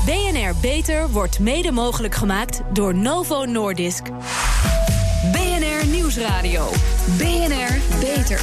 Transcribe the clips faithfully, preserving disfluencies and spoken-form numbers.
B N R Beter wordt mede mogelijk gemaakt door Novo Nordisk. B N R Nieuwsradio. B N R Beter.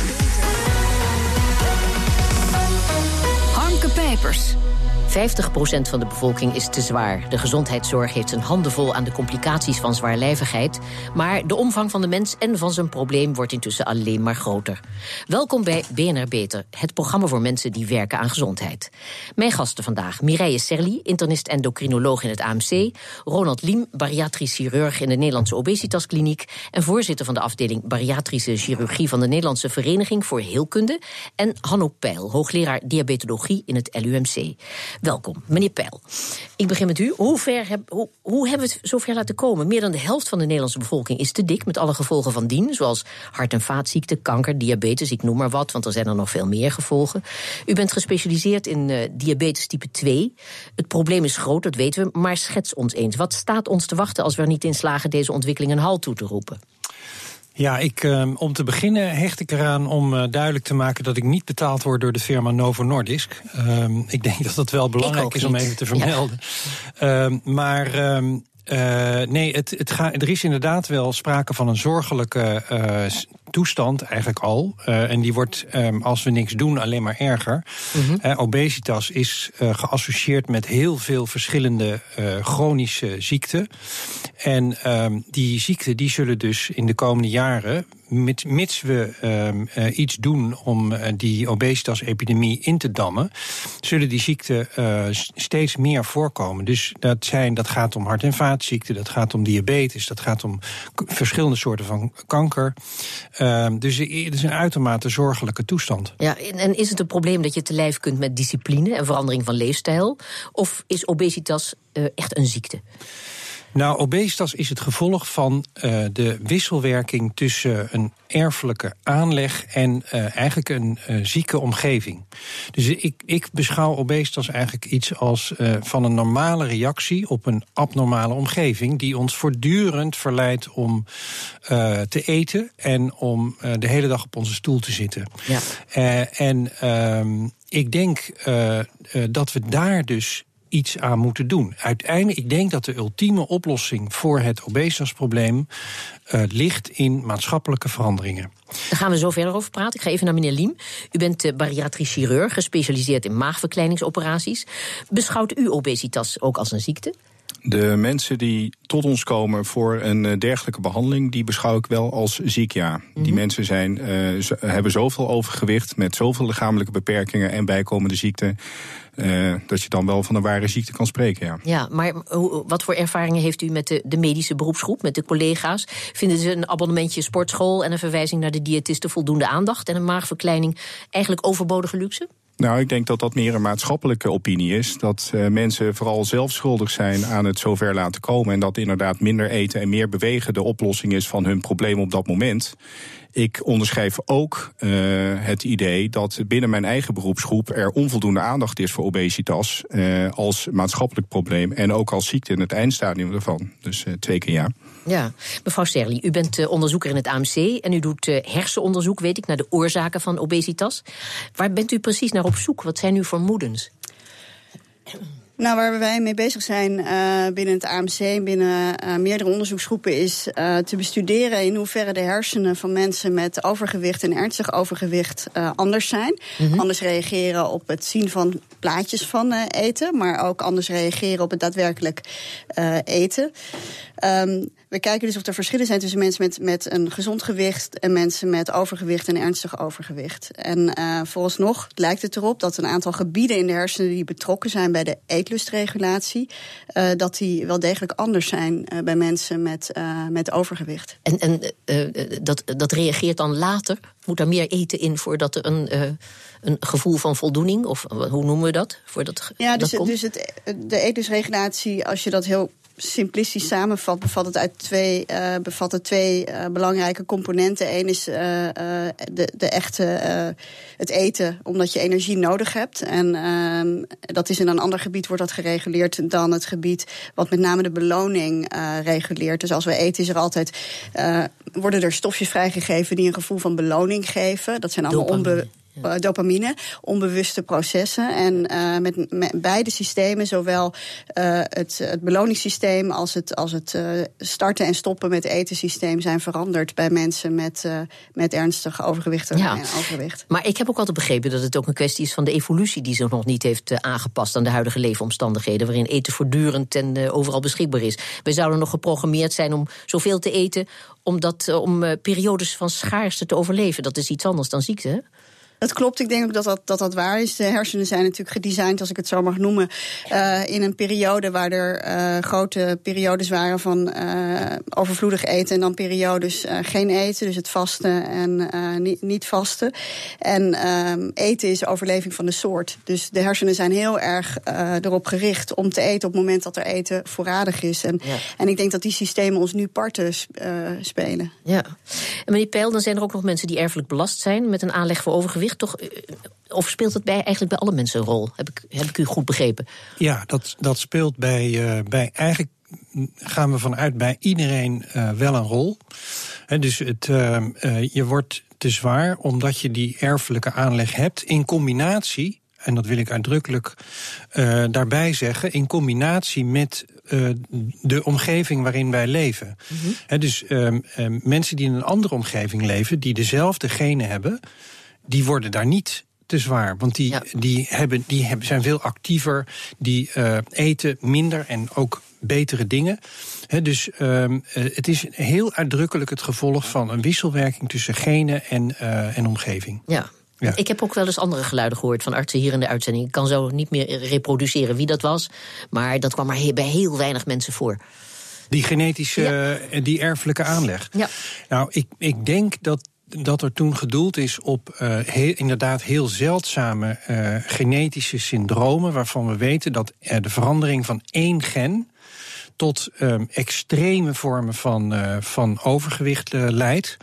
Harmke Pijpers. vijftig procent van de bevolking is te zwaar. De gezondheidszorg heeft zijn handen vol aan de complicaties van zwaarlijvigheid. Maar de omvang van de mens en van zijn probleem wordt intussen alleen maar groter. Welkom bij B N R Beter, het programma voor mensen die werken aan gezondheid. Mijn gasten vandaag: Mireille Serli, internist-endocrinoloog in het A M C. Ronald Liem, bariatrisch chirurg in de Nederlandse Obesitaskliniek. En voorzitter van de afdeling bariatrische chirurgie van de Nederlandse Vereniging voor Heelkunde. En Hanno Peil, hoogleraar diabetologie in het L U M C. Welkom, meneer Peil. Ik begin met u. Hoe, ver heb, hoe, hoe hebben we het zover laten komen? Meer dan de helft van de Nederlandse bevolking is te dik, met alle gevolgen van dien, zoals hart- en vaatziekten, kanker, diabetes, ik noem maar wat, want er zijn er nog veel meer gevolgen. U bent gespecialiseerd in uh, diabetes type twee. Het probleem is groot, dat weten we, maar schets ons eens. Wat staat ons te wachten als we er niet in slagen deze ontwikkeling een halt toe te roepen? Ja, ik, um, om te beginnen hecht ik eraan om uh, duidelijk te maken dat ik niet betaald word door de firma Novo Nordisk. Um, ik denk dat dat wel belangrijk is om even te vermelden. Ja. Um, maar um, uh, nee, het, het ga, er is inderdaad wel sprake van een zorgelijke uh, toestand eigenlijk al. Uh, en die wordt, um, als we niks doen, alleen maar erger. Mm-hmm. Uh, obesitas is uh, geassocieerd met heel veel verschillende uh, chronische ziekten. En um, die ziekten die zullen dus in de komende jaren, Mit, mits we um, uh, iets doen om uh, die obesitas-epidemie in te dammen, zullen die ziekten uh, steeds meer voorkomen. Dus dat, zijn, dat gaat om hart- en vaatziekten, dat gaat om diabetes, dat gaat om k- verschillende soorten van kanker. Uh, dus het is een uitermate zorgelijke toestand. Ja, en is het een probleem dat je te lijf kunt met discipline en verandering van leefstijl? Of is obesitas uh, echt een ziekte? Nou, obesitas is het gevolg van uh, de wisselwerking tussen een erfelijke aanleg en uh, eigenlijk een uh, zieke omgeving. Dus ik, ik beschouw obesitas eigenlijk iets als uh, van een normale reactie op een abnormale omgeving die ons voortdurend verleidt om uh, te eten en om uh, de hele dag op onze stoel te zitten. Ja. Uh, en uh, ik denk uh, uh, dat we daar dus iets aan moeten doen. Uiteindelijk, ik denk dat de ultieme oplossing voor het obesitasprobleem uh, ligt in maatschappelijke veranderingen. Daar gaan we zo verder over praten. Ik ga even naar meneer Liem. U bent uh, bariatrisch chirurg, gespecialiseerd in maagverkleiningsoperaties. Beschouwt u obesitas ook als een ziekte? De mensen die tot ons komen voor een dergelijke behandeling, die beschouw ik wel als ziek, ja. Mm-hmm. Die mensen zijn, uh, z- hebben zoveel overgewicht met zoveel lichamelijke beperkingen en bijkomende ziekten, Uh, dat je dan wel van een ware ziekte kan spreken, ja. Ja, maar hoe, wat voor ervaringen heeft u met de, de medische beroepsgroep, met de collega's? Vinden ze een abonnementje sportschool en een verwijzing naar de diëtiste voldoende aandacht en een maagverkleining eigenlijk overbodige luxe? Nou, ik denk dat dat meer een maatschappelijke opinie is. Dat uh, mensen vooral zelf schuldig zijn aan het zover laten komen. En dat inderdaad minder eten en meer bewegen de oplossing is van hun probleem op dat moment. Ik onderschrijf ook uh, het idee dat binnen mijn eigen beroepsgroep er onvoldoende aandacht is voor obesitas uh, als maatschappelijk probleem en ook als ziekte in het eindstadium ervan. Dus uh, twee keer ja. Ja, mevrouw Serli, u bent uh, onderzoeker in het A M C en u doet uh, hersenonderzoek, weet ik, naar de oorzaken van obesitas. Waar bent u precies naar op zoek? Wat zijn uw vermoedens? Nou, waar wij mee bezig zijn uh, binnen het A M C en binnen uh, meerdere onderzoeksgroepen is uh, te bestuderen in hoeverre de hersenen van mensen met overgewicht en ernstig overgewicht uh, anders zijn. Mm-hmm. Anders reageren op het zien van plaatjes van uh, eten, maar ook anders reageren op het daadwerkelijk uh, eten. Um, we kijken dus of er verschillen zijn tussen mensen met, met een gezond gewicht en mensen met overgewicht en ernstig overgewicht. En uh, vooralsnog lijkt het erop dat een aantal gebieden in de hersenen die betrokken zijn bij de eetlustregulatie, uh, dat die wel degelijk anders zijn uh, bij mensen met, uh, met overgewicht. En, en uh, dat, dat reageert dan later? Moet er meer eten in voordat er een, uh, een gevoel van voldoening, of hoe noemen we dat? Voordat, ja, dus, dat komt? dus het, de eetlustregulatie, als je dat heel simplistisch samenvat, bevat het uit twee, uh, bevat het twee uh, belangrijke componenten. Eén is uh, uh, de, de echte uh, het eten, omdat je energie nodig hebt. En uh, dat is in een ander gebied wordt dat gereguleerd dan het gebied wat met name de beloning uh, reguleert. Dus als we eten, is er altijd uh, worden er stofjes vrijgegeven die een gevoel van beloning geven. Dat zijn allemaal onbe- ja. dopamine, onbewuste processen. En uh, met, met beide systemen, zowel uh, het, het beloningssysteem als het, als het uh, starten en stoppen met het etensysteem zijn veranderd bij mensen met, uh, met ernstig overgewicht en ja. overgewicht. Maar ik heb ook altijd begrepen dat het ook een kwestie is van de evolutie die zich nog niet heeft uh, aangepast aan de huidige leefomstandigheden, waarin eten voortdurend en uh, overal beschikbaar is. We zouden nog geprogrammeerd zijn om zoveel te eten, om, dat, uh, om uh, periodes van schaarste te overleven. Dat is iets anders dan ziekte, hè? Dat klopt, ik denk ook dat dat, dat dat waar is. De hersenen zijn natuurlijk gedesigned, als ik het zo mag noemen, uh, in een periode waar er uh, grote periodes waren van uh, overvloedig eten en dan periodes uh, geen eten, dus het vasten en uh, niet, niet vasten. En uh, eten is overleving van de soort. Dus de hersenen zijn heel erg uh, erop gericht om te eten op het moment dat er eten voorradig is. En, ja. en ik denk dat die systemen ons nu parten uh, spelen. Ja. En meneer Peil, dan zijn er ook nog mensen die erfelijk belast zijn met een aanleg voor overgewicht. Toch, of speelt het bij, eigenlijk bij alle mensen een rol? Heb ik, heb ik u goed begrepen? Ja, dat, dat speelt bij, uh, bij... Eigenlijk gaan we vanuit bij iedereen uh, wel een rol. He, dus het, uh, uh, je wordt te zwaar omdat je die erfelijke aanleg hebt in combinatie, en dat wil ik uitdrukkelijk uh, daarbij zeggen, in combinatie met uh, de omgeving waarin wij leven. Mm-hmm. He, dus uh, uh, mensen die in een andere omgeving leven, die dezelfde genen hebben, die worden daar niet te zwaar. Want die, ja. die, hebben, die hebben, zijn veel actiever, die uh, eten minder en ook betere dingen. He, dus um, het is heel uitdrukkelijk het gevolg van een wisselwerking tussen genen en, uh, en omgeving. Ja. Ja. Ik heb ook wel eens andere geluiden gehoord van artsen hier in de uitzending. Ik kan zo niet meer reproduceren wie dat was, maar dat kwam maar bij heel weinig mensen voor. Die genetische, ja. die erfelijke aanleg. Ja. Nou, ik, ik denk dat dat er toen gedoeld is op uh, heel, inderdaad heel zeldzame uh, genetische syndromen, waarvan we weten dat uh, de verandering van één gen tot um, extreme vormen van, uh, van overgewicht uh, leidt.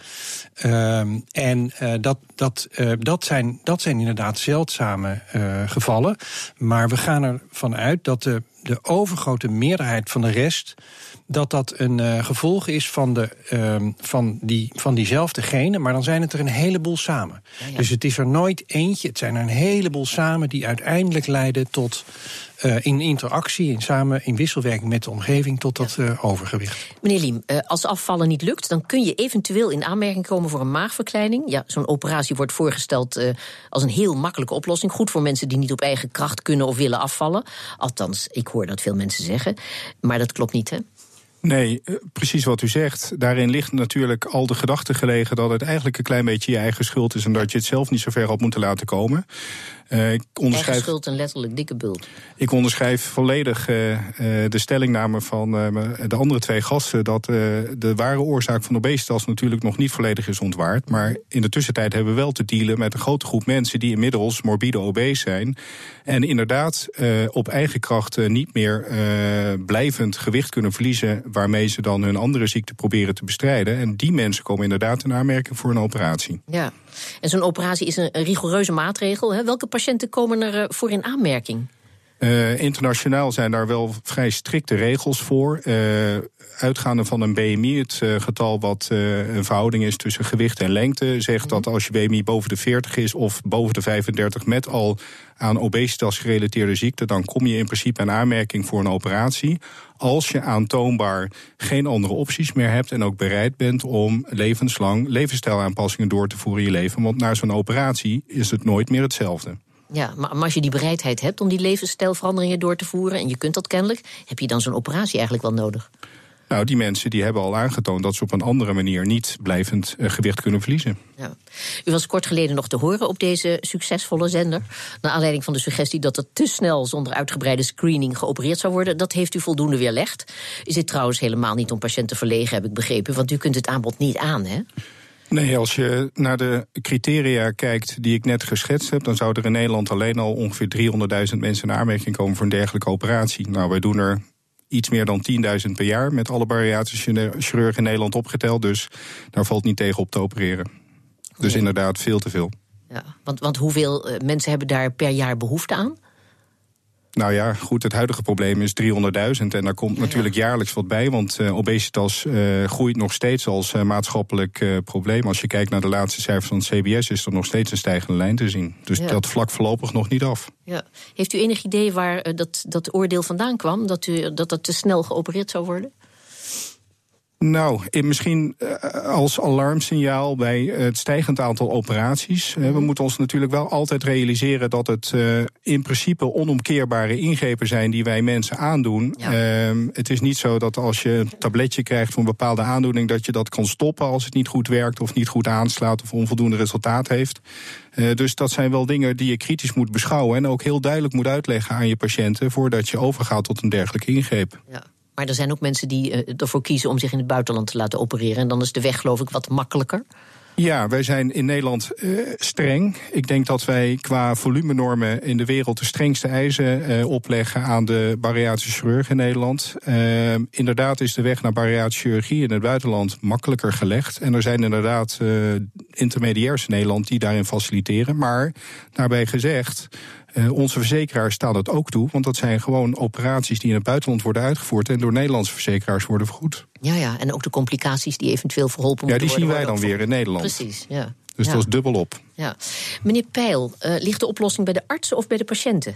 Um, en uh, dat, dat, uh, dat, zijn, dat zijn inderdaad zeldzame uh, gevallen. Maar we gaan ervan uit dat de, de overgrote meerderheid van de rest, dat dat een uh, gevolg is van, de, um, van, die, van diezelfde genen, maar dan zijn het er een heleboel samen. Ja, ja. Dus het is er nooit eentje, het zijn er een heleboel samen die uiteindelijk leiden tot uh, in interactie, in samen in wisselwerking met de omgeving, tot dat uh, overgewicht. Meneer Liem, uh, als afvallen niet lukt, dan kun je eventueel in aanmerking komen voor een maagverkleining. Ja, zo'n operatie wordt voorgesteld uh, als een heel makkelijke oplossing. Goed voor mensen die niet op eigen kracht kunnen of willen afvallen. Althans, ik hoor dat veel mensen zeggen. Maar dat klopt niet, hè? Nee, precies wat u zegt. Daarin ligt natuurlijk al de gedachte gelegen dat het eigenlijk een klein beetje je eigen schuld is en dat je het zelf niet zo ver had moeten laten komen. Uh, ik onderschrijf... Eigen schuld en letterlijk dikke bult. Ik onderschrijf volledig uh, uh, de stellingname van uh, de andere twee gasten dat uh, de ware oorzaak van obesitas natuurlijk nog niet volledig is ontwaard. Maar in de tussentijd hebben we wel te dealen met een grote groep mensen die inmiddels morbide obese zijn. En inderdaad uh, op eigen kracht uh, niet meer uh, blijvend gewicht kunnen verliezen, waarmee ze dan hun andere ziekte proberen te bestrijden. En die mensen komen inderdaad in aanmerking voor een operatie. Ja, en zo'n operatie is een rigoureuze maatregel. Hè? Welke patiënten komen er voor in aanmerking? Uh, internationaal zijn daar wel vrij strikte regels voor. Uh, uitgaande van een B M I, het uh, getal wat uh, een verhouding is tussen gewicht en lengte, zegt mm-hmm. dat als je B M I boven de veertig is of boven de vijfendertig met al aan obesitas gerelateerde ziekte, dan kom je in principe in aanmerking voor een operatie. Als je aantoonbaar geen andere opties meer hebt en ook bereid bent om levenslang levensstijlaanpassingen door te voeren in je leven. Want na zo'n operatie is het nooit meer hetzelfde. Ja, maar als je die bereidheid hebt om die levensstijlveranderingen door te voeren, en je kunt dat kennelijk, heb je dan zo'n operatie eigenlijk wel nodig? Nou, die mensen die hebben al aangetoond dat ze op een andere manier niet blijvend uh, gewicht kunnen verliezen. Ja. U was kort geleden nog te horen op deze succesvolle zender, naar aanleiding van de suggestie dat er te snel zonder uitgebreide screening geopereerd zou worden. Dat heeft u voldoende weerlegd. Is dit trouwens helemaal niet om patiënten verlegen, heb ik begrepen, want u kunt het aanbod niet aan, hè? Nee, als je naar de criteria kijkt die ik net geschetst heb, dan zou er in Nederland alleen al ongeveer driehonderdduizend mensen in aanmerking komen voor een dergelijke operatie. Nou, wij doen er iets meer dan tienduizend per jaar met alle bariatrische chirurgen in Nederland opgeteld, dus daar valt niet tegen op te opereren. Dus nee. Inderdaad veel te veel. Ja, want, want hoeveel uh, mensen hebben daar per jaar behoefte aan? Nou ja, goed, het huidige probleem is driehonderdduizend. En daar komt ja, natuurlijk ja. jaarlijks wat bij. Want uh, obesitas uh, groeit nog steeds als uh, maatschappelijk uh, probleem. Als je kijkt naar de laatste cijfers van het C B S... is er nog steeds een stijgende lijn te zien. Dus ja. dat vlak voorlopig nog niet af. Ja. Heeft u enig idee waar uh, dat, dat oordeel vandaan kwam? Dat, u, dat dat te snel geopereerd zou worden? Nou, misschien als alarmsignaal bij het stijgend aantal operaties. Mm-hmm. We moeten ons natuurlijk wel altijd realiseren dat het uh, in principe onomkeerbare ingrepen zijn die wij mensen aandoen. Ja. Uh, het is niet zo dat als je een tabletje krijgt voor een bepaalde aandoening dat je dat kan stoppen als het niet goed werkt of niet goed aanslaat of onvoldoende resultaat heeft. Uh, dus dat zijn wel dingen die je kritisch moet beschouwen en ook heel duidelijk moet uitleggen aan je patiënten voordat je overgaat tot een dergelijke ingreep. Ja. Maar er zijn ook mensen die uh, ervoor kiezen om zich in het buitenland te laten opereren. En dan is de weg, geloof ik, wat makkelijker. Ja, wij zijn in Nederland uh, streng. Ik denk dat wij qua volumenormen in de wereld de strengste eisen uh, opleggen aan de bariatrische chirurg in Nederland. Uh, inderdaad is de weg naar bariatrische chirurgie in het buitenland makkelijker gelegd. En er zijn inderdaad uh, intermediairs in Nederland die daarin faciliteren. Maar daarbij gezegd, Uh, onze verzekeraars staan dat ook toe, want dat zijn gewoon operaties die in het buitenland worden uitgevoerd en door Nederlandse verzekeraars worden vergoed. Ja, ja, en ook de complicaties die eventueel verholpen ja, moeten worden. Ja, die zien wij dan weer in Nederland. Precies, ja. Dus ja. dat is dubbel op. Ja. Meneer Peil, uh, ligt de oplossing bij de artsen of bij de patiënten?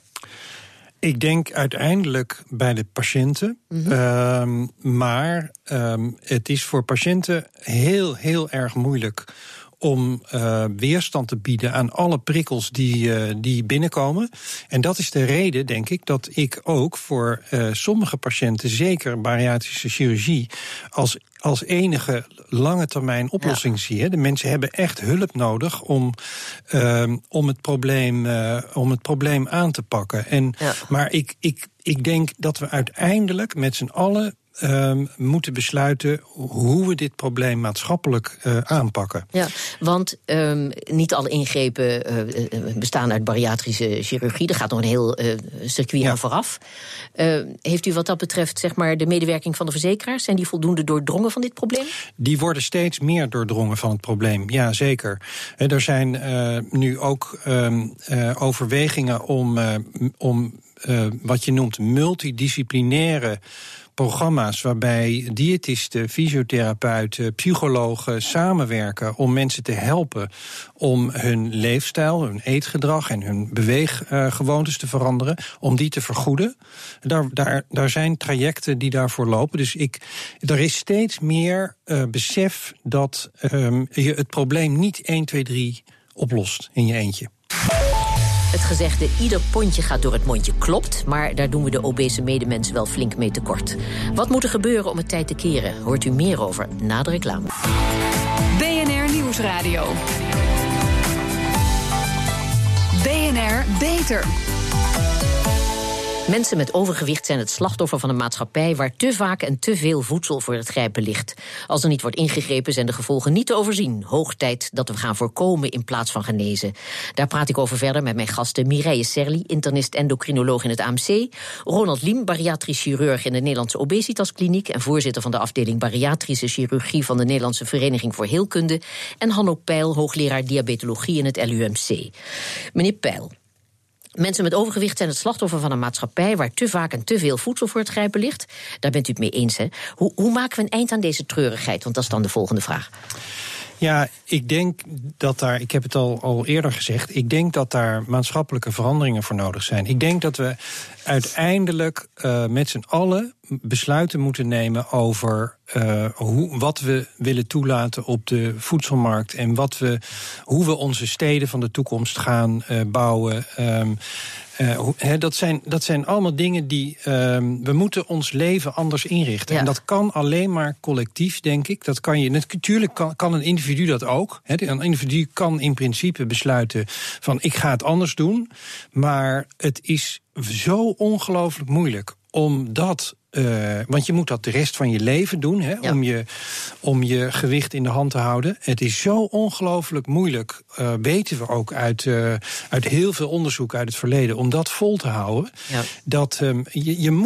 Ik denk uiteindelijk bij de patiënten. Mm-hmm. Um, maar um, het is voor patiënten heel, heel erg moeilijk om uh, weerstand te bieden aan alle prikkels die, uh, die binnenkomen. En dat is de reden, denk ik, dat ik ook voor uh, sommige patiënten, zeker bariatrische chirurgie, als als enige lange termijn oplossing ja. zie. Hè. De mensen hebben echt hulp nodig om, uh, om, het, probleem, uh, om het probleem aan te pakken. En, ja. Maar ik, ik, ik denk dat we uiteindelijk met z'n allen Um, moeten besluiten hoe we dit probleem maatschappelijk uh, aanpakken. Ja, want um, niet alle ingrepen uh, bestaan uit bariatrische chirurgie. Er gaat nog een heel uh, circuit ja. aan vooraf. Uh, heeft u wat dat betreft zeg maar de medewerking van de verzekeraars? Zijn die voldoende doordrongen van dit probleem? Die worden steeds meer doordrongen van het probleem, ja zeker. Uh, er zijn uh, nu ook um, uh, overwegingen om, uh, om uh, wat je noemt multidisciplinaire programma's waarbij diëtisten, fysiotherapeuten, psychologen samenwerken om mensen te helpen om hun leefstijl, hun eetgedrag en hun beweeggewoontes te veranderen, om die te vergoeden. Daar, daar, daar zijn trajecten die daarvoor lopen. Dus ik, er is steeds meer uh, besef dat um, je het probleem niet één, twee, drie oplost in je eentje. Het gezegde ieder pondje gaat door het mondje klopt, maar daar doen we de obese medemens wel flink mee tekort. Wat moet er gebeuren om het tijd te keren? Hoort u meer over na de reclame. B N R Nieuwsradio. B N R Beter. Mensen met overgewicht zijn het slachtoffer van een maatschappij waar te vaak en te veel voedsel voor het grijpen ligt. Als er niet wordt ingegrepen zijn de gevolgen niet te overzien. Hoog tijd dat we gaan voorkomen in plaats van genezen. Daar praat ik over verder met mijn gasten Mireille Serli, internist endocrinoloog in het A M C, Ronald Liem, bariatrisch chirurg in de Nederlandse Obesitaskliniek en voorzitter van de afdeling bariatrische chirurgie van de Nederlandse Vereniging voor Heelkunde, en Hanno Peil, hoogleraar diabetologie in het L U M C. Meneer Peil, mensen met overgewicht zijn het slachtoffer van een maatschappij waar te vaak en te veel voedsel voor het grijpen ligt. Daar bent u het mee eens, hè? Hoe, hoe maken we een eind aan deze treurigheid? Want dat is dan de volgende vraag. Ja, ik denk dat daar, ik heb het al, al eerder gezegd, ik denk dat daar maatschappelijke veranderingen voor nodig zijn. Ik denk dat we uiteindelijk uh, met z'n allen besluiten moeten nemen over uh, hoe, wat we willen toelaten op de voedselmarkt en wat we, hoe we onze steden van de toekomst gaan uh, bouwen. Um, Uh, he, dat, zijn, dat zijn allemaal dingen die uh, we moeten ons leven anders inrichten. Ja. En dat kan alleen maar collectief, denk ik. Dat kan je, natuurlijk kan, kan een individu dat ook. He, een individu kan in principe besluiten van ik ga het anders doen. Maar het is zo ongelooflijk moeilijk om dat. Uh, want je moet dat de rest van je leven doen, hè, ja. om, je, om je gewicht in de hand te houden. Het is zo ongelooflijk moeilijk, uh, weten we ook uit, uh, uit heel veel onderzoek uit het verleden, om dat vol te houden. Ja. Dat um, je, je moet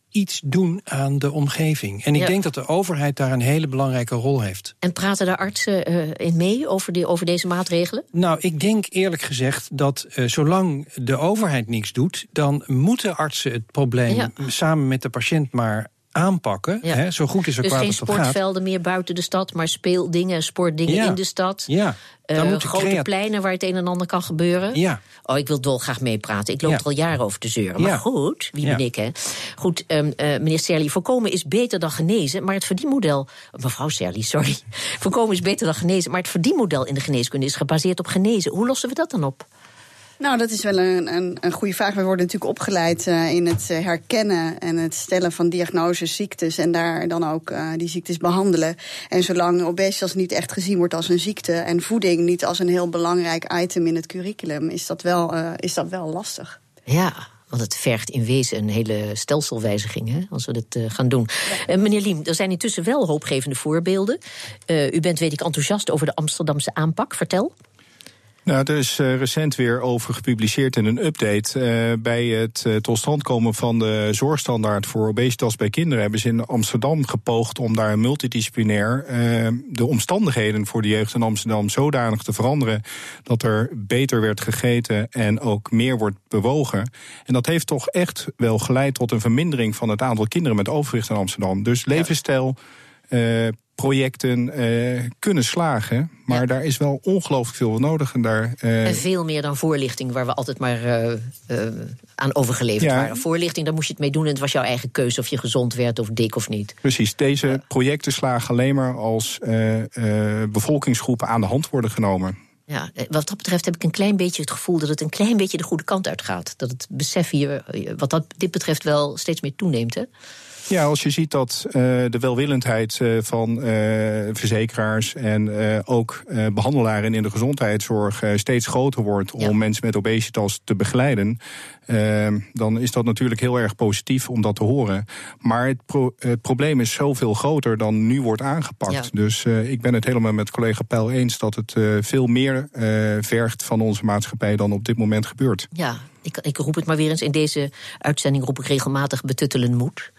iets doen aan de omgeving. En ik ja. denk dat de overheid daar een hele belangrijke rol heeft. En praten de artsen uh, in mee over, die, over deze maatregelen? Nou, ik denk eerlijk gezegd dat uh, zolang de overheid niks doet, dan moeten artsen het probleem ja. samen met de patiënt maar aanpakken. Ja. Hè, zo goed is er dus kwaad geen als dat gaat. Sportvelden meer buiten de stad, maar speeldingen, sportdingen ja. in de stad. Ja. Uh, grote creat... pleinen waar het een en ander kan gebeuren. Ja. Oh, ik wil dolgraag meepraten. Ik loop ja. er al jaren over te zeuren. Maar ja. goed, wie ja. ben ik, hè? Goed, um, uh, meneer Serli, voorkomen is beter dan genezen, maar het verdienmodel... Mevrouw Serli, sorry. Voorkomen is beter dan genezen, maar het verdienmodel in de geneeskunde is gebaseerd op genezen. Hoe lossen we dat dan op? Nou, dat is wel een, een, een goede vraag. We worden natuurlijk opgeleid uh, in het uh, herkennen en het stellen van diagnoses, ziektes en daar dan ook uh, die ziektes behandelen. En zolang obesitas niet echt gezien wordt als een ziekte en voeding niet als een heel belangrijk item in het curriculum, is dat wel, uh, is dat wel lastig. Ja. Want het vergt in wezen een hele stelselwijziging, hè, als we dit uh, gaan doen. Ja. Uh, meneer Liem, er zijn intussen wel hoopgevende voorbeelden. Uh, u bent, weet ik, enthousiast over de Amsterdamse aanpak. Vertel. Nou, er is uh, recent weer over gepubliceerd in een update. Uh, bij het uh, tot stand komen van de zorgstandaard voor obesitas bij kinderen hebben ze in Amsterdam gepoogd om daar multidisciplinair uh, de omstandigheden voor de jeugd in Amsterdam zodanig te veranderen dat er beter werd gegeten en ook meer wordt bewogen. En dat heeft toch echt wel geleid tot een vermindering van het aantal kinderen met overgewicht in Amsterdam. Dus levensstijl, uh, projecten uh, kunnen slagen, maar ja. daar is wel ongelooflijk veel voor nodig. En, daar, uh... en veel meer dan voorlichting, waar we altijd maar uh, uh, aan overgeleverd ja. waren. Voorlichting, daar moest je het mee doen en het was jouw eigen keuze of je gezond werd of dik of niet. Precies, deze ja. projecten slagen alleen maar als uh, uh, bevolkingsgroepen aan de hand worden genomen. Ja, wat dat betreft heb ik een klein beetje het gevoel dat het een klein beetje de goede kant uitgaat. Dat het besef hier, wat dat dit betreft, wel steeds meer toeneemt, hè? Ja, als je ziet dat uh, de welwillendheid uh, van uh, verzekeraars en uh, ook uh, behandelaren in de gezondheidszorg uh, steeds groter wordt om ja. mensen met obesitas te begeleiden, uh, dan is dat natuurlijk heel erg positief om dat te horen. Maar het, pro- het probleem is zoveel groter dan nu wordt aangepakt. Ja. Dus uh, ik ben het helemaal met collega Peil eens dat het uh, veel meer uh, vergt van onze maatschappij dan op dit moment gebeurt. Ja, ik, ik roep het maar weer eens. In deze uitzending roep ik regelmatig betuttelen moet.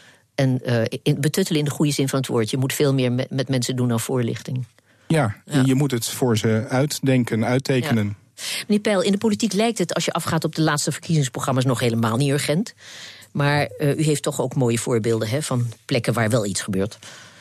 En uh, in, betuttelen in de goede zin van het woord. Je moet veel meer met, met mensen doen dan voorlichting. Ja, ja, je moet het voor ze uitdenken, uittekenen. Ja. Meneer Peil, in de politiek lijkt het, als je afgaat op de laatste verkiezingsprogramma's, nog helemaal niet urgent. Maar uh, u heeft toch ook mooie voorbeelden, hè, van plekken waar wel iets gebeurt.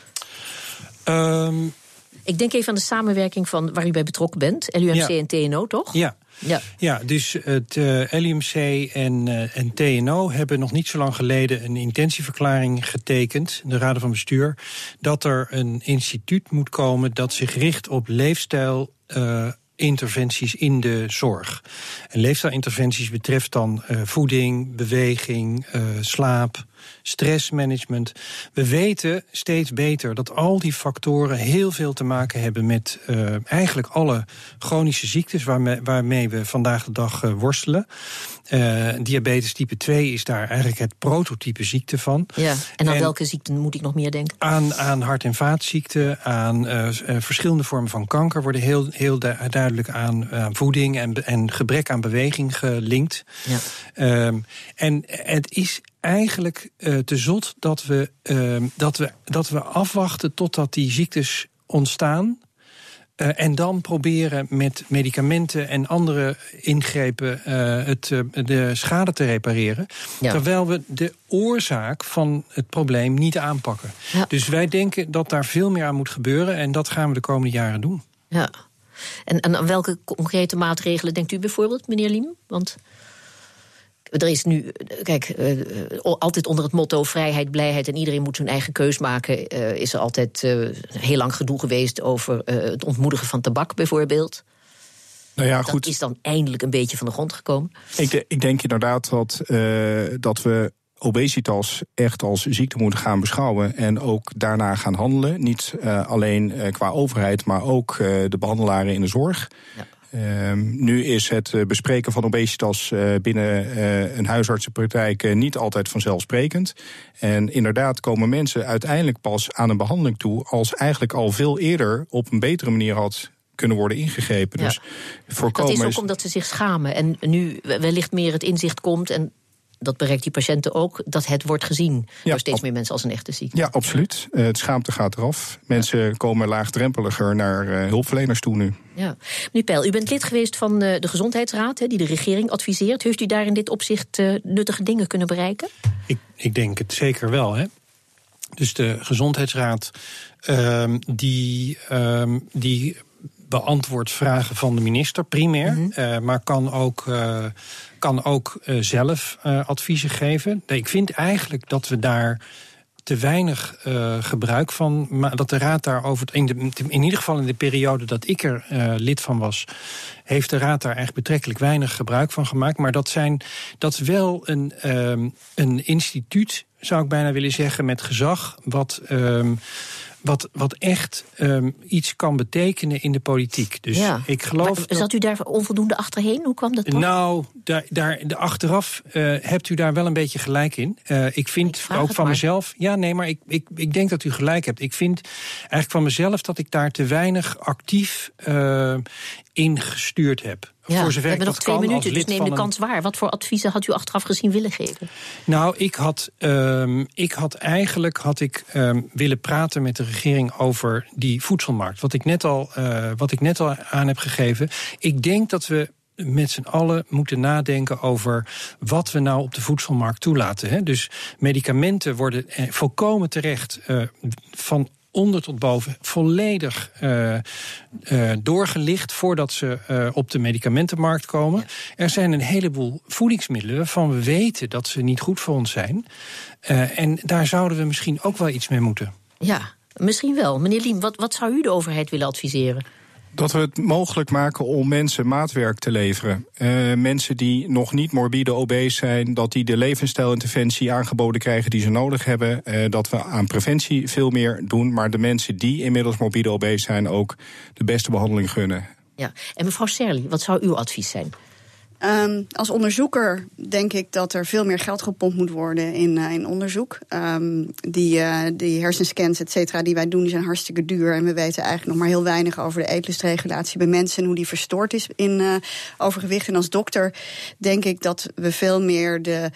Um... Ik denk even aan de samenwerking van waar u bij betrokken bent. L U M C ja. en T N O, toch? Ja. Ja. ja, dus het uh, L U M C en, uh, en T N O hebben nog niet zo lang geleden een intentieverklaring getekend, de Raden van Bestuur, dat er een instituut moet komen dat zich richt op leefstijl uh, interventies in de zorg. En leefstijlinterventies betreft dan uh, voeding, beweging, uh, slaap, stressmanagement. We weten steeds beter dat al die factoren heel veel te maken hebben met uh, eigenlijk alle chronische ziektes waarmee, waarmee we vandaag de dag uh, worstelen. Uh, diabetes type twee is daar eigenlijk het prototype ziekte van. Ja, en aan en welke ziekten moet ik nog meer denken? Aan, aan hart- en vaatziekten, aan uh, uh, verschillende vormen van kanker worden heel, heel du- duidelijk aan, aan voeding en, en gebrek aan beweging gelinkt. Ja. Um, en het is eigenlijk uh, te zot dat we, uh, dat, we, dat we afwachten totdat die ziektes ontstaan. Uh, en dan proberen met medicamenten en andere ingrepen uh, het, uh, de schade te repareren. Ja. Terwijl we de oorzaak van het probleem niet aanpakken. Ja. Dus wij denken dat daar veel meer aan moet gebeuren. En dat gaan we de komende jaren doen. Ja. En, en aan welke concrete maatregelen denkt u bijvoorbeeld, meneer Liem? Want er is nu, kijk, uh, altijd onder het motto vrijheid, blijheid en iedereen moet zijn eigen keus maken, uh, is er altijd uh, heel lang gedoe geweest over uh, het ontmoedigen van tabak bijvoorbeeld. Nou ja, goed. Dat is dan eindelijk een beetje van de grond gekomen. Ik, de, ik denk inderdaad dat, uh, dat we obesitas echt als ziekte moeten gaan beschouwen en ook daarna gaan handelen. Niet uh, alleen uh, qua overheid, maar ook uh, de behandelaren in de zorg. Ja. Uh, nu is het uh, bespreken van obesitas uh, binnen uh, een huisartsenpraktijk uh, niet altijd vanzelfsprekend. En inderdaad komen mensen uiteindelijk pas aan een behandeling toe als eigenlijk al veel eerder op een betere manier had kunnen worden ingegrepen. Ja. Dus voorkomen dat is ook omdat ze zich schamen en nu wellicht meer het inzicht komt en dat bereikt die patiënten ook, dat het wordt gezien ja, door steeds op, meer mensen als een echte ziekte. Ja, absoluut. Uh, het schaamte gaat eraf. Mensen ja. komen laagdrempeliger naar uh, hulpverleners toe nu. Ja. Meneer Peil, u bent lid geweest van uh, de Gezondheidsraad, he, die de regering adviseert. Heeft u daar in dit opzicht uh, nuttige dingen kunnen bereiken? Ik, ik denk het zeker wel, hè. Dus de Gezondheidsraad, um, die, um, die beantwoordt vragen van de minister primair, mm-hmm. uh, maar kan ook, uh, kan ook uh, zelf uh, adviezen geven. Nee, ik vind eigenlijk dat we daar te weinig uh, gebruik van, maar dat de Raad daarover, in, de, in ieder geval in de periode dat ik er uh, lid van was, heeft de Raad daar echt betrekkelijk weinig gebruik van gemaakt. Maar dat, zijn, dat is wel een, um, een instituut, zou ik bijna willen zeggen, met gezag, wat, um, wat, wat echt um, iets kan betekenen in de politiek. Dus ja. ik geloof. Maar, zat u daar onvoldoende achterheen? Hoe kwam dat toch? Nou, daar, daar, de achteraf uh, hebt u daar wel een beetje gelijk in. Uh, ik vind ik ook van maar. mezelf. Ja, nee, maar ik, ik, ik denk dat u gelijk hebt. Ik vind eigenlijk van mezelf dat ik daar te weinig actief uh, in gestuurd heb. Ja, voor zover we hebben nog twee minuten, dus neem de een... kans waar. Wat voor adviezen had u achteraf gezien willen geven? Nou, ik had, um, ik had eigenlijk had ik, um, willen praten met de regering over die voedselmarkt. Wat ik net al, uh, wat ik net al aan heb gegeven. Ik denk dat we met z'n allen moeten nadenken over wat we nou op de voedselmarkt toelaten. Hè? Dus medicamenten worden eh, volkomen terecht uh, van onder tot boven volledig uh, uh, doorgelicht voordat ze uh, op de medicamentenmarkt komen. Ja. Er zijn een heleboel voedingsmiddelen waarvan we weten dat ze niet goed voor ons zijn. Uh, en daar zouden we misschien ook wel iets mee moeten. Ja, misschien wel. Meneer Liem, wat, wat zou u de overheid willen adviseren? Dat we het mogelijk maken om mensen maatwerk te leveren. Uh, mensen die nog niet morbide obese zijn, dat die de levensstijlinterventie aangeboden krijgen die ze nodig hebben. Uh, dat we aan preventie veel meer doen, maar de mensen die inmiddels morbide obese zijn ook de beste behandeling gunnen. Ja, en mevrouw Serli, wat zou uw advies zijn? Um, als onderzoeker denk ik dat er veel meer geld gepompt moet worden in, uh, in onderzoek. Um, die, uh, die hersenscans, et cetera, die wij doen, die zijn hartstikke duur. En we weten eigenlijk nog maar heel weinig over de eetlustregulatie bij mensen en hoe die verstoord is in uh, overgewicht. En als dokter denk ik dat we veel meer de,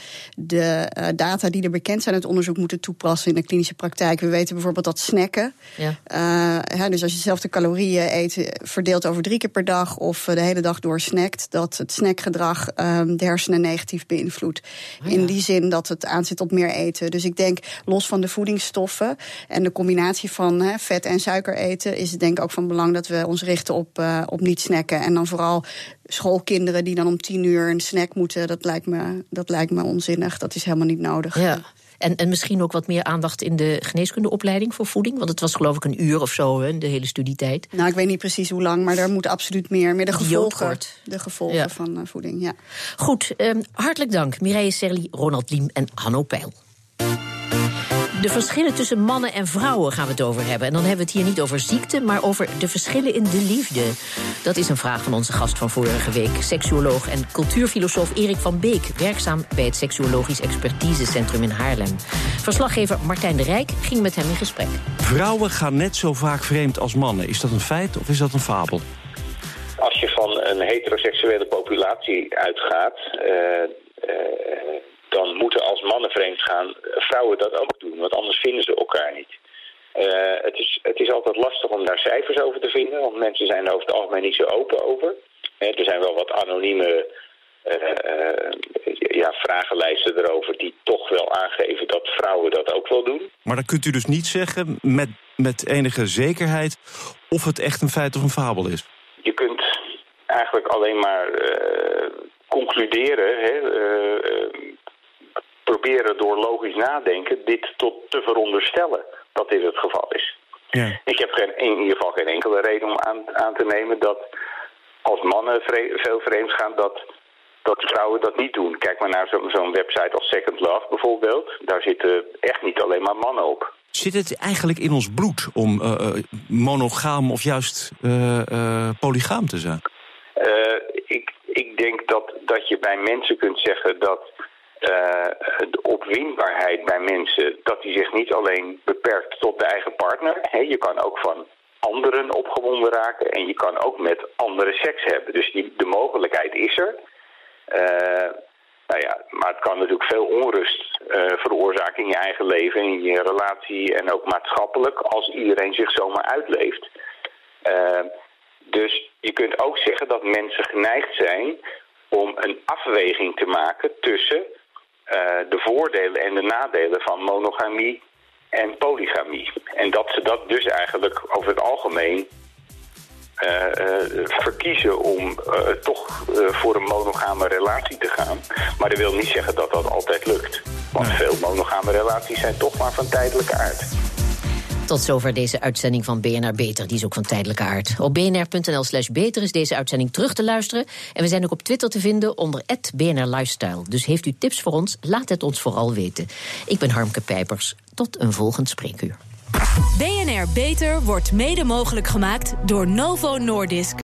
de uh, data die er bekend zijn uit onderzoek moeten toepassen in de klinische praktijk. We weten bijvoorbeeld dat snacken, ja. uh, ja, dus als je dezelfde calorieën eet, verdeeld over drie keer per dag of uh, de hele dag door snackt, dat het snackgedrag Um, de hersenen negatief beïnvloedt. Oh ja. In die zin dat het aanzet tot meer eten. Dus ik denk, los van de voedingsstoffen en de combinatie van he, vet en suiker eten, is het denk ik ook van belang dat we ons richten op, uh, op niet snacken. En dan vooral schoolkinderen die dan om tien uur een snack moeten, dat lijkt me, dat lijkt me onzinnig. Dat is helemaal niet nodig. Ja. En, en misschien ook wat meer aandacht in de geneeskundeopleiding voor voeding? Want het was geloof ik een uur of zo, hè, de hele studietijd. Nou, ik weet niet precies hoe lang, maar daar moet absoluut meer, meer de gevolgen, de gevolgen ja. van uh, voeding. Ja. Goed, um, hartelijk dank. Mireille Serli, Ronald Liem en Hanno Peil. De verschillen tussen mannen en vrouwen gaan we het over hebben. En dan hebben we het hier niet over ziekte, maar over de verschillen in de liefde. Dat is een vraag van onze gast van vorige week. Seksuoloog en cultuurfilosoof Erik van Beek, werkzaam bij het Seksuologisch Expertisecentrum in Haarlem. Verslaggever Martijn de Rijk ging met hem in gesprek. Vrouwen gaan net zo vaak vreemd als mannen. Is dat een feit of is dat een fabel? Als je van een heteroseksuele populatie uitgaat, Uh, uh, dan moeten als mannen vreemd gaan vrouwen dat ook doen. Want anders vinden ze elkaar niet. Uh, het, is, het is altijd lastig om daar cijfers over te vinden. Want mensen zijn er over het algemeen niet zo open over. Uh, er zijn wel wat anonieme uh, uh, ja, vragenlijsten erover die toch wel aangeven dat vrouwen dat ook wel doen. Maar dan kunt u dus niet zeggen met, met enige zekerheid of het echt een feit of een fabel is? Je kunt eigenlijk alleen maar uh, concluderen, hè, uh, proberen door logisch nadenken dit tot te veronderstellen dat dit het geval is. Ja. Ik heb geen, in ieder geval geen enkele reden om aan, aan te nemen dat als mannen vre- veel vreemd gaan, dat, dat vrouwen dat niet doen. Kijk maar naar zo, zo'n website als Second Love bijvoorbeeld. Daar zitten echt niet alleen maar mannen op. Zit het eigenlijk in ons bloed om uh, monogaam of juist uh, uh, polygaam te zijn? Uh, ik, ik denk dat, dat je bij mensen kunt zeggen dat Uh, de opwindbaarheid bij mensen, dat die zich niet alleen beperkt tot de eigen partner. He, je kan ook van anderen opgewonden raken en je kan ook met andere seks hebben. Dus die, de mogelijkheid is er. Uh, Nou ja, maar het kan natuurlijk veel onrust uh, veroorzaken in je eigen leven, in je relatie en ook maatschappelijk, als iedereen zich zomaar uitleeft. Uh, dus je kunt ook zeggen dat mensen geneigd zijn om een afweging te maken tussen uh, de voordelen en de nadelen van monogamie en polygamie. En dat ze dat dus eigenlijk over het algemeen Uh, uh, verkiezen om uh, toch uh, voor een monogame relatie te gaan. Maar dat wil niet zeggen dat dat altijd lukt. Want nee. veel monogame relaties zijn toch maar van tijdelijke aard. Tot zover deze uitzending van B N R Beter. Die is ook van tijdelijke aard. Op bnr.nl slash beter is deze uitzending terug te luisteren. En we zijn ook op Twitter te vinden onder at B N R Lifestyle. Dus heeft u tips voor ons? Laat het ons vooral weten. Ik ben Harmke Pijpers. Tot een volgend spreekuur. B N R Beter wordt mede mogelijk gemaakt door Novo Nordisk.